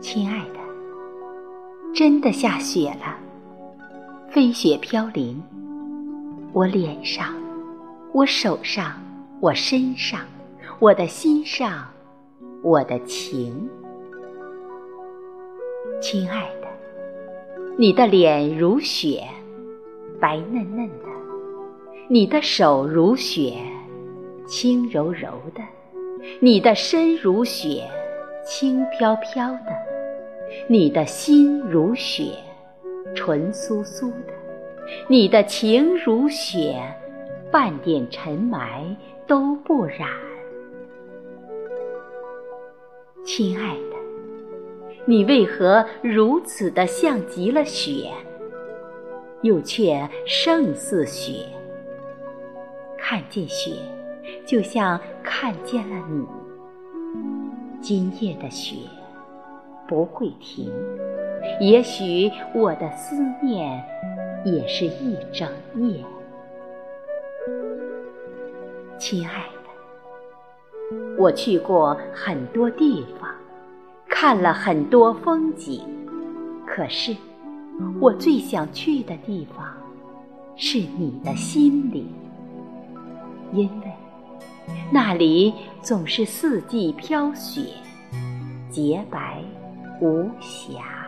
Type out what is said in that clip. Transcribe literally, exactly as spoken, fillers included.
亲爱的，真的下雪了，飞雪飘零，我脸上，我手上，我身上，我的心上，我的情。亲爱的，你的脸如雪，白嫩嫩的，你的手如雪，轻柔柔的，你的身如雪，轻飘飘的，你的心如雪，纯酥酥的，你的情如雪，半点尘霾都不染。亲爱的，你为何如此的像极了雪，又却胜似雪？看见雪，就像看见了你。今夜的雪不会停，也许我的思念也是一整夜。亲爱的，我去过很多地方，看了很多风景，可是我最想去的地方是你的心里，因为那里总是四季飘雪，洁白无瑕。